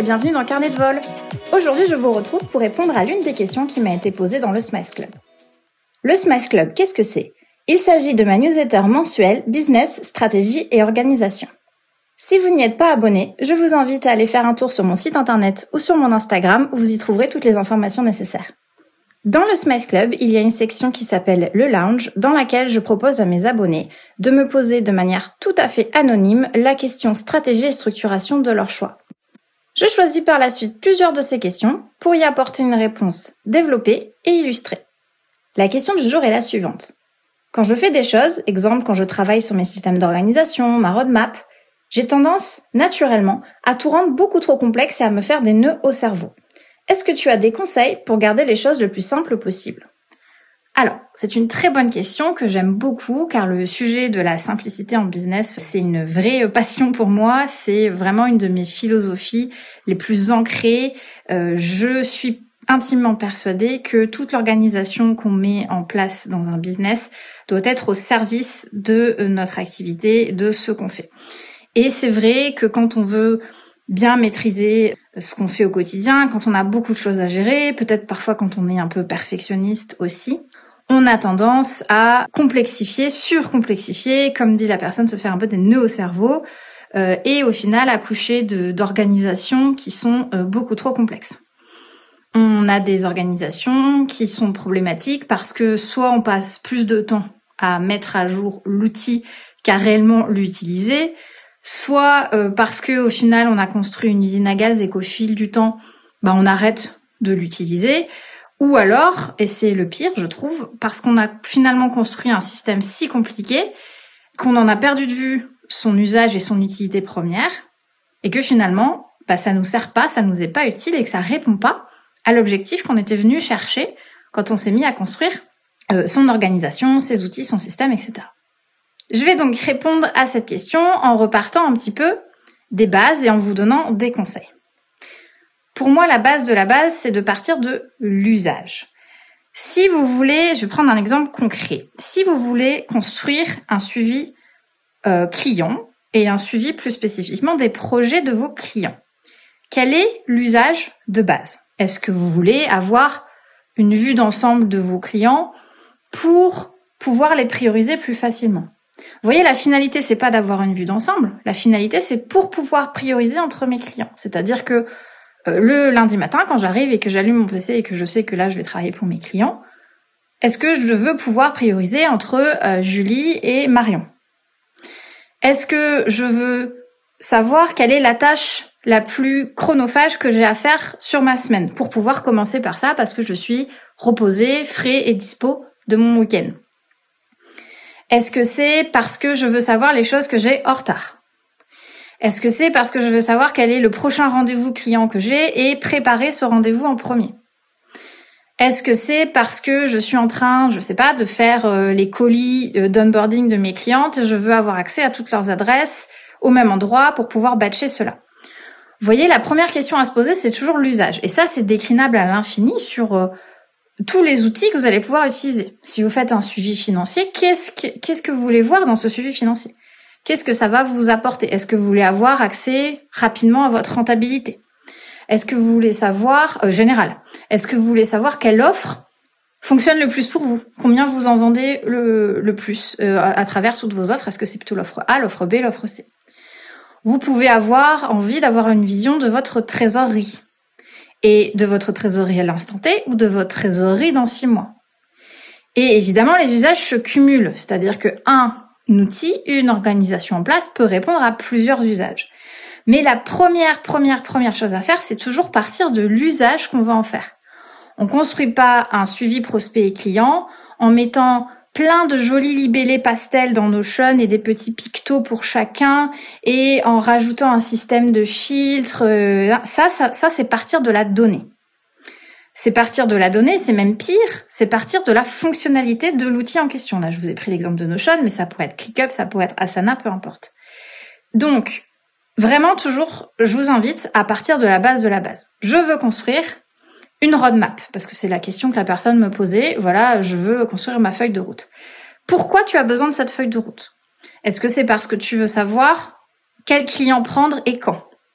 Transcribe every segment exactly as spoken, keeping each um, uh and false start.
et bienvenue dans Carnet de vol. Aujourd'hui, je vous retrouve pour répondre à l'une des questions qui m'a été posée dans le Smiles Club. Le Smiles Club, qu'est-ce que c'est ? Il s'agit de ma newsletter mensuelle Business, Stratégie et Organisation. Si vous n'y êtes pas abonné, je vous invite à aller faire un tour sur mon site internet ou sur mon Instagram où vous y trouverez toutes les informations nécessaires. Dans le Smiles Club, il y a une section qui s'appelle le Lounge, dans laquelle je propose à mes abonnés de me poser de manière tout à fait anonyme la question stratégie et structuration de leur choix. Je choisis par la suite plusieurs de ces questions pour y apporter une réponse développée et illustrée. La question du jour est la suivante. Quand je fais des choses, exemple quand je travaille sur mes systèmes d'organisation, ma roadmap, j'ai tendance, naturellement, à tout rendre beaucoup trop complexe et à me faire des nœuds au cerveau. Est-ce que tu as des conseils pour garder les choses le plus simples possible ? Alors, c'est une très bonne question que j'aime beaucoup car le sujet de la simplicité en business, c'est une vraie passion pour moi. C'est vraiment une de mes philosophies les plus ancrées. Euh, je suis intimement persuadée que toute l'organisation qu'on met en place dans un business doit être au service de notre activité, de ce qu'on fait. Et c'est vrai que quand on veut bien maîtriser ce qu'on fait au quotidien, quand on a beaucoup de choses à gérer, peut-être parfois quand on est un peu perfectionniste aussi, on a tendance à complexifier, surcomplexifier, comme dit la personne, se faire un peu des nœuds au cerveau, euh, et au final accoucher de, d'organisations qui sont euh, beaucoup trop complexes. On a des organisations qui sont problématiques parce que soit on passe plus de temps à mettre à jour l'outil qu'à réellement l'utiliser, soit euh, parce que au final on a construit une usine à gaz et qu'au fil du temps, bah on arrête de l'utiliser, ou alors, et c'est le pire je trouve, parce qu'on a finalement construit un système si compliqué qu'on en a perdu de vue son usage et son utilité première, et que finalement, bah ça nous sert pas, ça nous est pas utile et que ça répond pas à l'objectif qu'on était venu chercher quand on s'est mis à construire euh, son organisation, ses outils, son système, et cetera. Je vais donc répondre à cette question en repartant un petit peu des bases et en vous donnant des conseils. Pour moi, la base de la base, c'est de partir de l'usage. Si vous voulez, je vais prendre un exemple concret. Si vous voulez construire un suivi euh, client et un suivi plus spécifiquement des projets de vos clients, quel est l'usage de base ? Est-ce que vous voulez avoir une vue d'ensemble de vos clients pour pouvoir les prioriser plus facilement ? Vous voyez, la finalité, c'est pas d'avoir une vue d'ensemble. La finalité, c'est pour pouvoir prioriser entre mes clients. C'est-à-dire que euh, le lundi matin, quand j'arrive et que j'allume mon P C et que je sais que là, je vais travailler pour mes clients, est-ce que je veux pouvoir prioriser entre euh, Julie et Marion ? Est-ce que je veux savoir quelle est la tâche la plus chronophage que j'ai à faire sur ma semaine pour pouvoir commencer par ça parce que je suis reposée, frais et dispo de mon week-end ? Est-ce que c'est parce que je veux savoir les choses que j'ai en retard ? Est-ce que c'est parce que je veux savoir quel est le prochain rendez-vous client que j'ai et préparer ce rendez-vous en premier ? Est-ce que c'est parce que je suis en train, je sais pas, de faire euh, les colis euh, d'onboarding de mes clientes et je veux avoir accès à toutes leurs adresses au même endroit pour pouvoir batcher cela ? Vous voyez, la première question à se poser, c'est toujours l'usage. Et ça, c'est déclinable à l'infini sur euh, tous les outils que vous allez pouvoir utiliser. Si vous faites un suivi financier, qu'est-ce que, qu'est-ce que vous voulez voir dans ce suivi financier ? Qu'est-ce que ça va vous apporter ? Est-ce que vous voulez avoir accès rapidement à votre rentabilité ? Est-ce que vous voulez savoir, euh, général, est-ce que vous voulez savoir quelle offre fonctionne le plus pour vous ? Combien vous en vendez le, le plus euh, à, à travers toutes vos offres ? Est-ce que c'est plutôt l'offre A, l'offre B, l'offre C ? Vous pouvez avoir envie d'avoir une vision de votre trésorerie. Et de votre trésorerie à l'instant T ou de votre trésorerie dans six mois. Et évidemment, les usages se cumulent, c'est-à-dire que un outil, une organisation en place peut répondre à plusieurs usages. Mais la première, première, première chose à faire, c'est toujours partir de l'usage qu'on va en faire. On construit pas un suivi prospect et client en mettant plein de jolis libellés pastels dans Notion et des petits pictos pour chacun et en rajoutant un système de filtres. Euh, ça, ça, ça, c'est partir de la donnée. C'est partir de la donnée, c'est même pire, c'est partir de la fonctionnalité de l'outil en question. Là, je vous ai pris l'exemple de Notion, mais ça pourrait être ClickUp, ça pourrait être Asana, peu importe. Donc, vraiment, toujours, je vous invite à partir de la base de la base. Je veux construire une roadmap, parce que c'est la question que la personne me posait. Voilà, je veux construire ma feuille de route. Pourquoi tu as besoin de cette feuille de route ? Est-ce que c'est parce que tu veux savoir quel client prendre et quand ?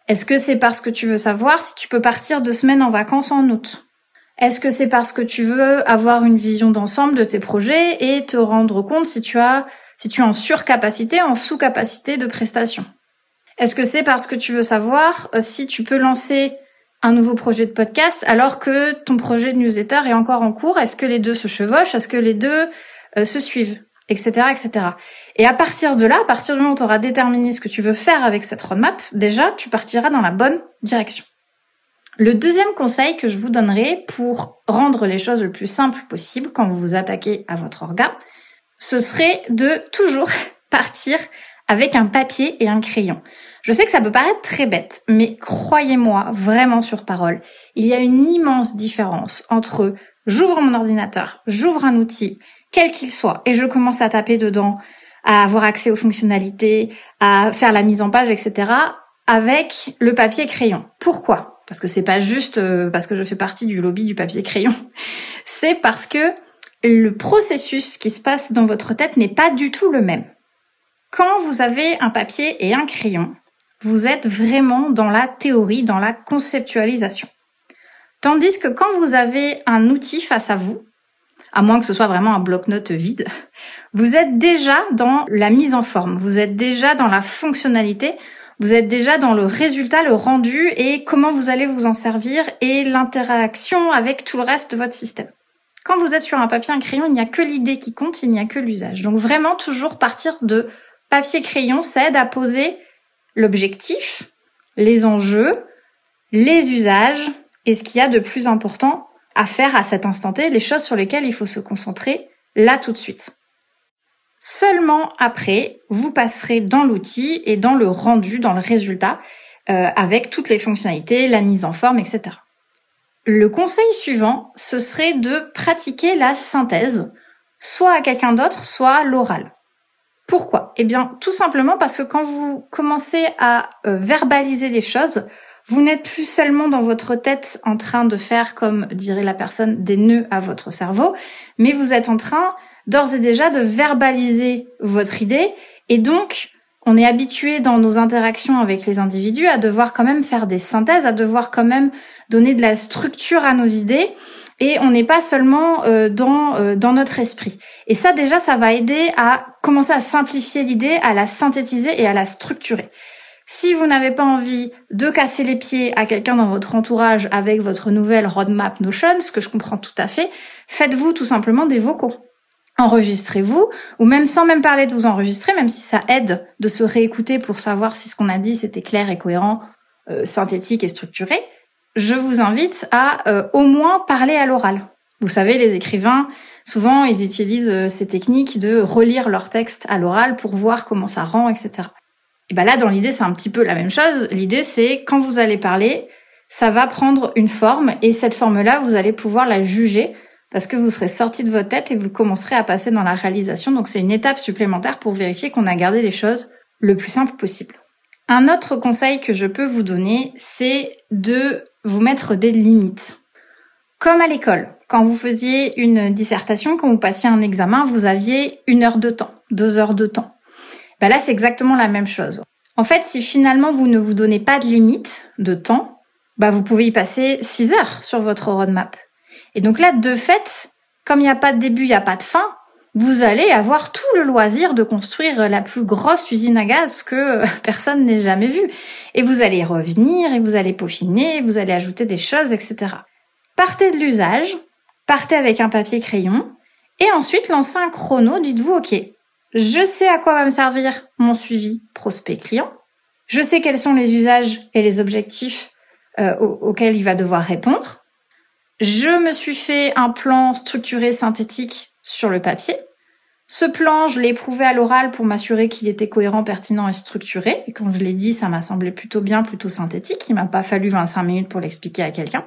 Est-ce que c'est parce que tu veux savoir si tu peux partir deux semaines en vacances en août? Est-ce que c'est parce que tu veux avoir une vision d'ensemble de tes projets et te rendre compte si tu as, si tu es en surcapacité, en sous-capacité de prestation? Est-ce que c'est parce que tu veux savoir si tu peux lancer un nouveau projet de podcast alors que ton projet de newsletter est encore en cours? Est-ce que les deux se chevauchent? Est-ce que les deux euh, se suivent? Etc, et cetera. Et à partir de là, à partir du moment où tu auras déterminé ce que tu veux faire avec cette roadmap, déjà, tu partiras dans la bonne direction. Le deuxième conseil que je vous donnerai pour rendre les choses le plus simple possible quand vous vous attaquez à votre orga, ce serait de toujours partir avec un papier et un crayon. Je sais que ça peut paraître très bête, mais croyez-moi vraiment sur parole, il y a une immense différence entre j'ouvre mon ordinateur, j'ouvre un outil, quel qu'il soit, et je commence à taper dedans, à avoir accès aux fonctionnalités, à faire la mise en page, et cetera, avec le papier crayon. Pourquoi? Parce que c'est pas juste parce que je fais partie du lobby du papier crayon. C'est parce que le processus qui se passe dans votre tête n'est pas du tout le même. Quand vous avez un papier et un crayon, vous êtes vraiment dans la théorie, dans la conceptualisation. Tandis que quand vous avez un outil face à vous, à moins que ce soit vraiment un bloc-notes vide, vous êtes déjà dans la mise en forme, vous êtes déjà dans la fonctionnalité, vous êtes déjà dans le résultat, le rendu et comment vous allez vous en servir et l'interaction avec tout le reste de votre système. Quand vous êtes sur un papier, un crayon, il n'y a que l'idée qui compte, il n'y a que l'usage. Donc vraiment toujours partir de papier-crayon, ça aide à poser l'objectif, les enjeux, les usages et ce qu'il y a de plus important à faire à cet instant T, les choses sur lesquelles il faut se concentrer là tout de suite. Seulement après, vous passerez dans l'outil et dans le rendu, dans le résultat, euh, avec toutes les fonctionnalités, la mise en forme, et cetera. Le conseil suivant, ce serait de pratiquer la synthèse, soit à quelqu'un d'autre, soit à l'oral. Pourquoi? Eh bien, tout simplement parce que quand vous commencez à euh, verbaliser les choses, vous n'êtes plus seulement dans votre tête en train de faire, comme dirait la personne, des nœuds à votre cerveau, mais vous êtes en train d'ores et déjà de verbaliser votre idée. Et donc, on est habitué dans nos interactions avec les individus à devoir quand même faire des synthèses, à devoir quand même donner de la structure à nos idées. Et on n'est pas seulement euh, dans euh, dans notre esprit. Et ça, déjà, ça va aider à commencer à simplifier l'idée, à la synthétiser et à la structurer. Si vous n'avez pas envie de casser les pieds à quelqu'un dans votre entourage avec votre nouvelle roadmap Notion, ce que je comprends tout à fait, faites-vous tout simplement des vocaux. Enregistrez-vous, ou même sans même parler de vous enregistrer, même si ça aide de se réécouter pour savoir si ce qu'on a dit c'était clair et cohérent, euh, synthétique et structuré, je vous invite à euh, au moins parler à l'oral. Vous savez, les écrivains, souvent ils utilisent euh, ces techniques de relire leur texte à l'oral pour voir comment ça rend, et cetera. Et ben là, dans l'idée, c'est un petit peu la même chose. L'idée, c'est quand vous allez parler, ça va prendre une forme et cette forme-là, vous allez pouvoir la juger parce que vous serez sorti de votre tête et vous commencerez à passer dans la réalisation. Donc, c'est une étape supplémentaire pour vérifier qu'on a gardé les choses le plus simple possible. Un autre conseil que je peux vous donner, c'est de vous mettre des limites. Comme à l'école, quand vous faisiez une dissertation, quand vous passiez un examen, vous aviez une heure de temps, deux heures de temps. Ben là, c'est exactement la même chose. En fait, si finalement vous ne vous donnez pas de limite de temps, bah vous pouvez y passer six heures sur votre roadmap. Et donc là, de fait, comme il n'y a pas de début, il n'y a pas de fin, vous allez avoir tout le loisir de construire la plus grosse usine à gaz que personne n'ait jamais vue. Et vous allez revenir, et vous allez peaufiner, vous allez ajouter des choses, et cetera. Partez de l'usage, partez avec un papier crayon, et ensuite lancez un chrono, dites-vous, ok, je sais à quoi va me servir mon suivi prospect-client. Je sais quels sont les usages et les objectifs euh, auxquels il va devoir répondre. Je me suis fait un plan structuré, synthétique sur le papier. Ce plan, je l'ai éprouvé à l'oral pour m'assurer qu'il était cohérent, pertinent et structuré. Et quand je l'ai dit, ça m'a semblé plutôt bien, plutôt synthétique. Il m'a pas fallu vingt-cinq minutes pour l'expliquer à quelqu'un.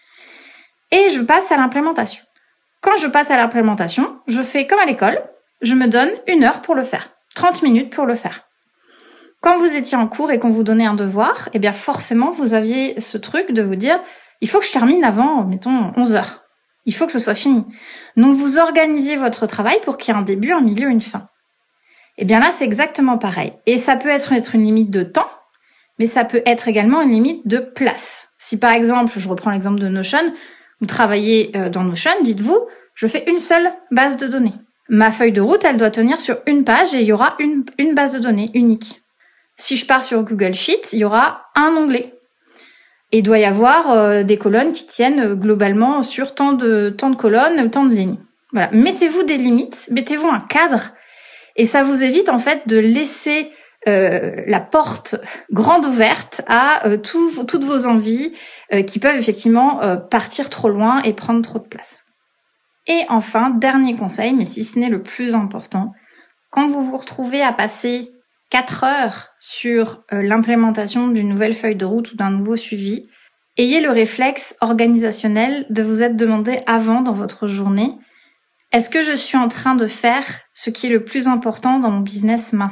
Et je passe à l'implémentation. Quand je passe à l'implémentation, je fais comme à l'école. Je me donne une heure pour le faire, trente minutes pour le faire. Quand vous étiez en cours et qu'on vous donnait un devoir, eh bien forcément vous aviez ce truc de vous dire il faut que je termine avant, mettons, onze heures. Il faut que ce soit fini. Donc vous organisez votre travail pour qu'il y ait un début, un milieu, une fin. Eh bien là c'est exactement pareil. Et ça peut être, être une limite de temps, Mais ça peut être également une limite de place. Si par exemple, je reprends l'exemple de Notion, vous travaillez dans Notion, dites-vous, je fais une seule base de données. Ma feuille de route, elle doit tenir sur une page et il y aura une, une base de données unique. Si je pars sur Google Sheet, il y aura un onglet. Et il doit y avoir euh, des colonnes qui tiennent euh, globalement sur tant de, tant de colonnes, tant de lignes. Voilà. Mettez-vous des limites, mettez-vous un cadre. Et ça vous évite en fait de laisser euh, la porte grande ouverte à euh, tout, toutes vos envies euh, qui peuvent effectivement euh, partir trop loin et prendre trop de place. Et enfin, dernier conseil, mais si ce n'est le plus important, quand vous vous retrouvez à passer quatre heures sur euh, l'implémentation d'une nouvelle feuille de route ou d'un nouveau suivi, ayez le réflexe organisationnel de vous être demandé avant dans votre journée, est-ce que je suis en train de faire ce qui est le plus important dans mon business maintenant ?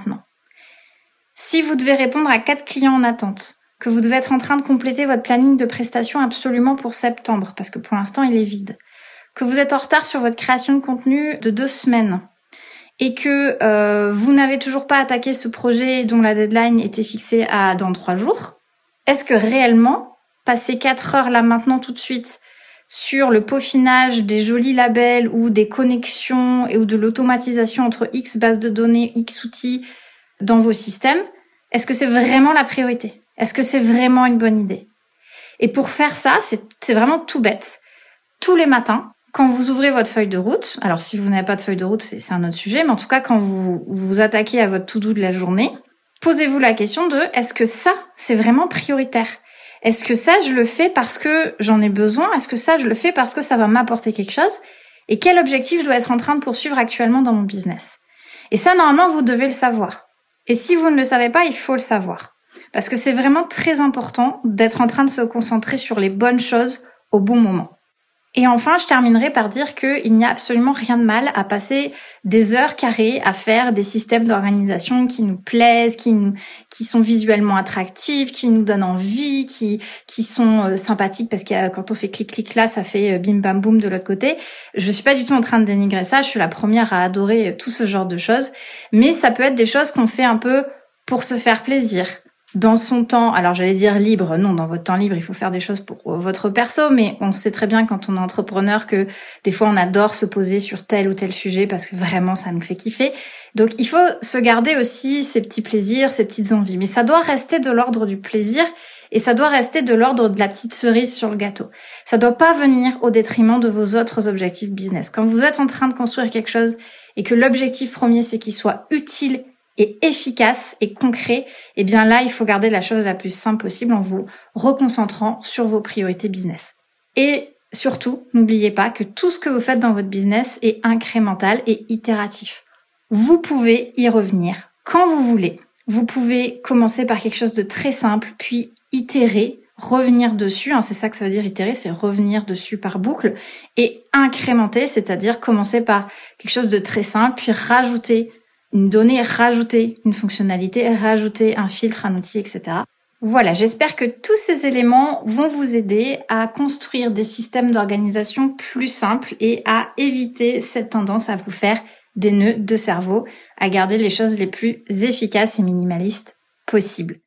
Si vous devez répondre à quatre clients en attente, que vous devez être en train de compléter votre planning de prestations absolument pour septembre, parce que pour l'instant il est vide, que vous êtes en retard sur votre création de contenu de deux semaines, et que euh, vous n'avez toujours pas attaqué ce projet dont la deadline était fixée à dans trois jours, est-ce que réellement, passer quatre heures là maintenant tout de suite sur le peaufinage des jolis labels ou des connexions et ou de l'automatisation entre X bases de données, X outils dans vos systèmes, est-ce que c'est vraiment la priorité ? Est-ce que c'est vraiment une bonne idée ? Et pour faire ça, c'est, c'est vraiment tout bête. Tous les matins, quand vous ouvrez votre feuille de route, alors si vous n'avez pas de feuille de route, c'est, c'est un autre sujet, mais en tout cas, quand vous vous attaquez à votre to-do de la journée, posez-vous la question de est-ce que ça, c'est vraiment prioritaire ? Est-ce que ça, je le fais parce que j'en ai besoin ? Est-ce que ça, je le fais parce que ça va m'apporter quelque chose ? Et quel objectif je dois être en train de poursuivre actuellement dans mon business ? Et ça, normalement, vous devez le savoir. Et si vous ne le savez pas, il faut le savoir. Parce que c'est vraiment très important d'être en train de se concentrer sur les bonnes choses au bon moment. Et enfin, je terminerai par dire qu'il n'y a absolument rien de mal à passer des heures carrées à faire des systèmes d'organisation qui nous plaisent, qui nous, qui sont visuellement attractifs, qui nous donnent envie, qui, qui sont euh, sympathiques parce que quand on fait clic clic là, ça fait euh, bim bam boum de l'autre côté. Je suis pas du tout en train de dénigrer ça. Je suis la première à adorer euh, tout ce genre de choses. Mais ça peut être des choses qu'on fait un peu pour se faire plaisir. Dans son temps, alors j'allais dire libre, non, dans votre temps libre, il faut faire des choses pour votre perso, mais on sait très bien quand on est entrepreneur que des fois on adore se poser sur tel ou tel sujet parce que vraiment ça nous fait kiffer. Donc il faut se garder aussi ces petits plaisirs, ces petites envies, mais ça doit rester de l'ordre du plaisir et ça doit rester de l'ordre de la petite cerise sur le gâteau. Ça doit pas venir au détriment de vos autres objectifs business. Quand vous êtes en train de construire quelque chose et que l'objectif premier c'est qu'il soit utile et efficace et concret, eh bien là, il faut garder la chose la plus simple possible en vous reconcentrant sur vos priorités business. Et surtout, n'oubliez pas que tout ce que vous faites dans votre business est incrémental et itératif. Vous pouvez y revenir quand vous voulez. Vous pouvez commencer par quelque chose de très simple, puis itérer, revenir dessus, hein, c'est ça que ça veut dire itérer, c'est revenir dessus par boucle, et incrémenter, c'est-à-dire commencer par quelque chose de très simple, puis rajouter une donnée, rajouter une fonctionnalité, rajouter un filtre, un outil, et cetera. Voilà, j'espère que tous ces éléments vont vous aider à construire des systèmes d'organisation plus simples et à éviter cette tendance à vous faire des nœuds de cerveau, à garder les choses les plus efficaces et minimalistes possibles.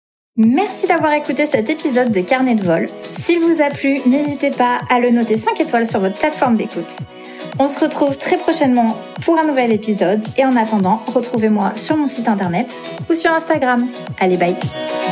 Merci d'avoir écouté cet épisode de Carnet de vol. S'il vous a plu, n'hésitez pas à le noter cinq étoiles sur votre plateforme d'écoute. On se retrouve très prochainement pour un nouvel épisode et en attendant, retrouvez-moi sur mon site internet ou sur Instagram. Allez, bye!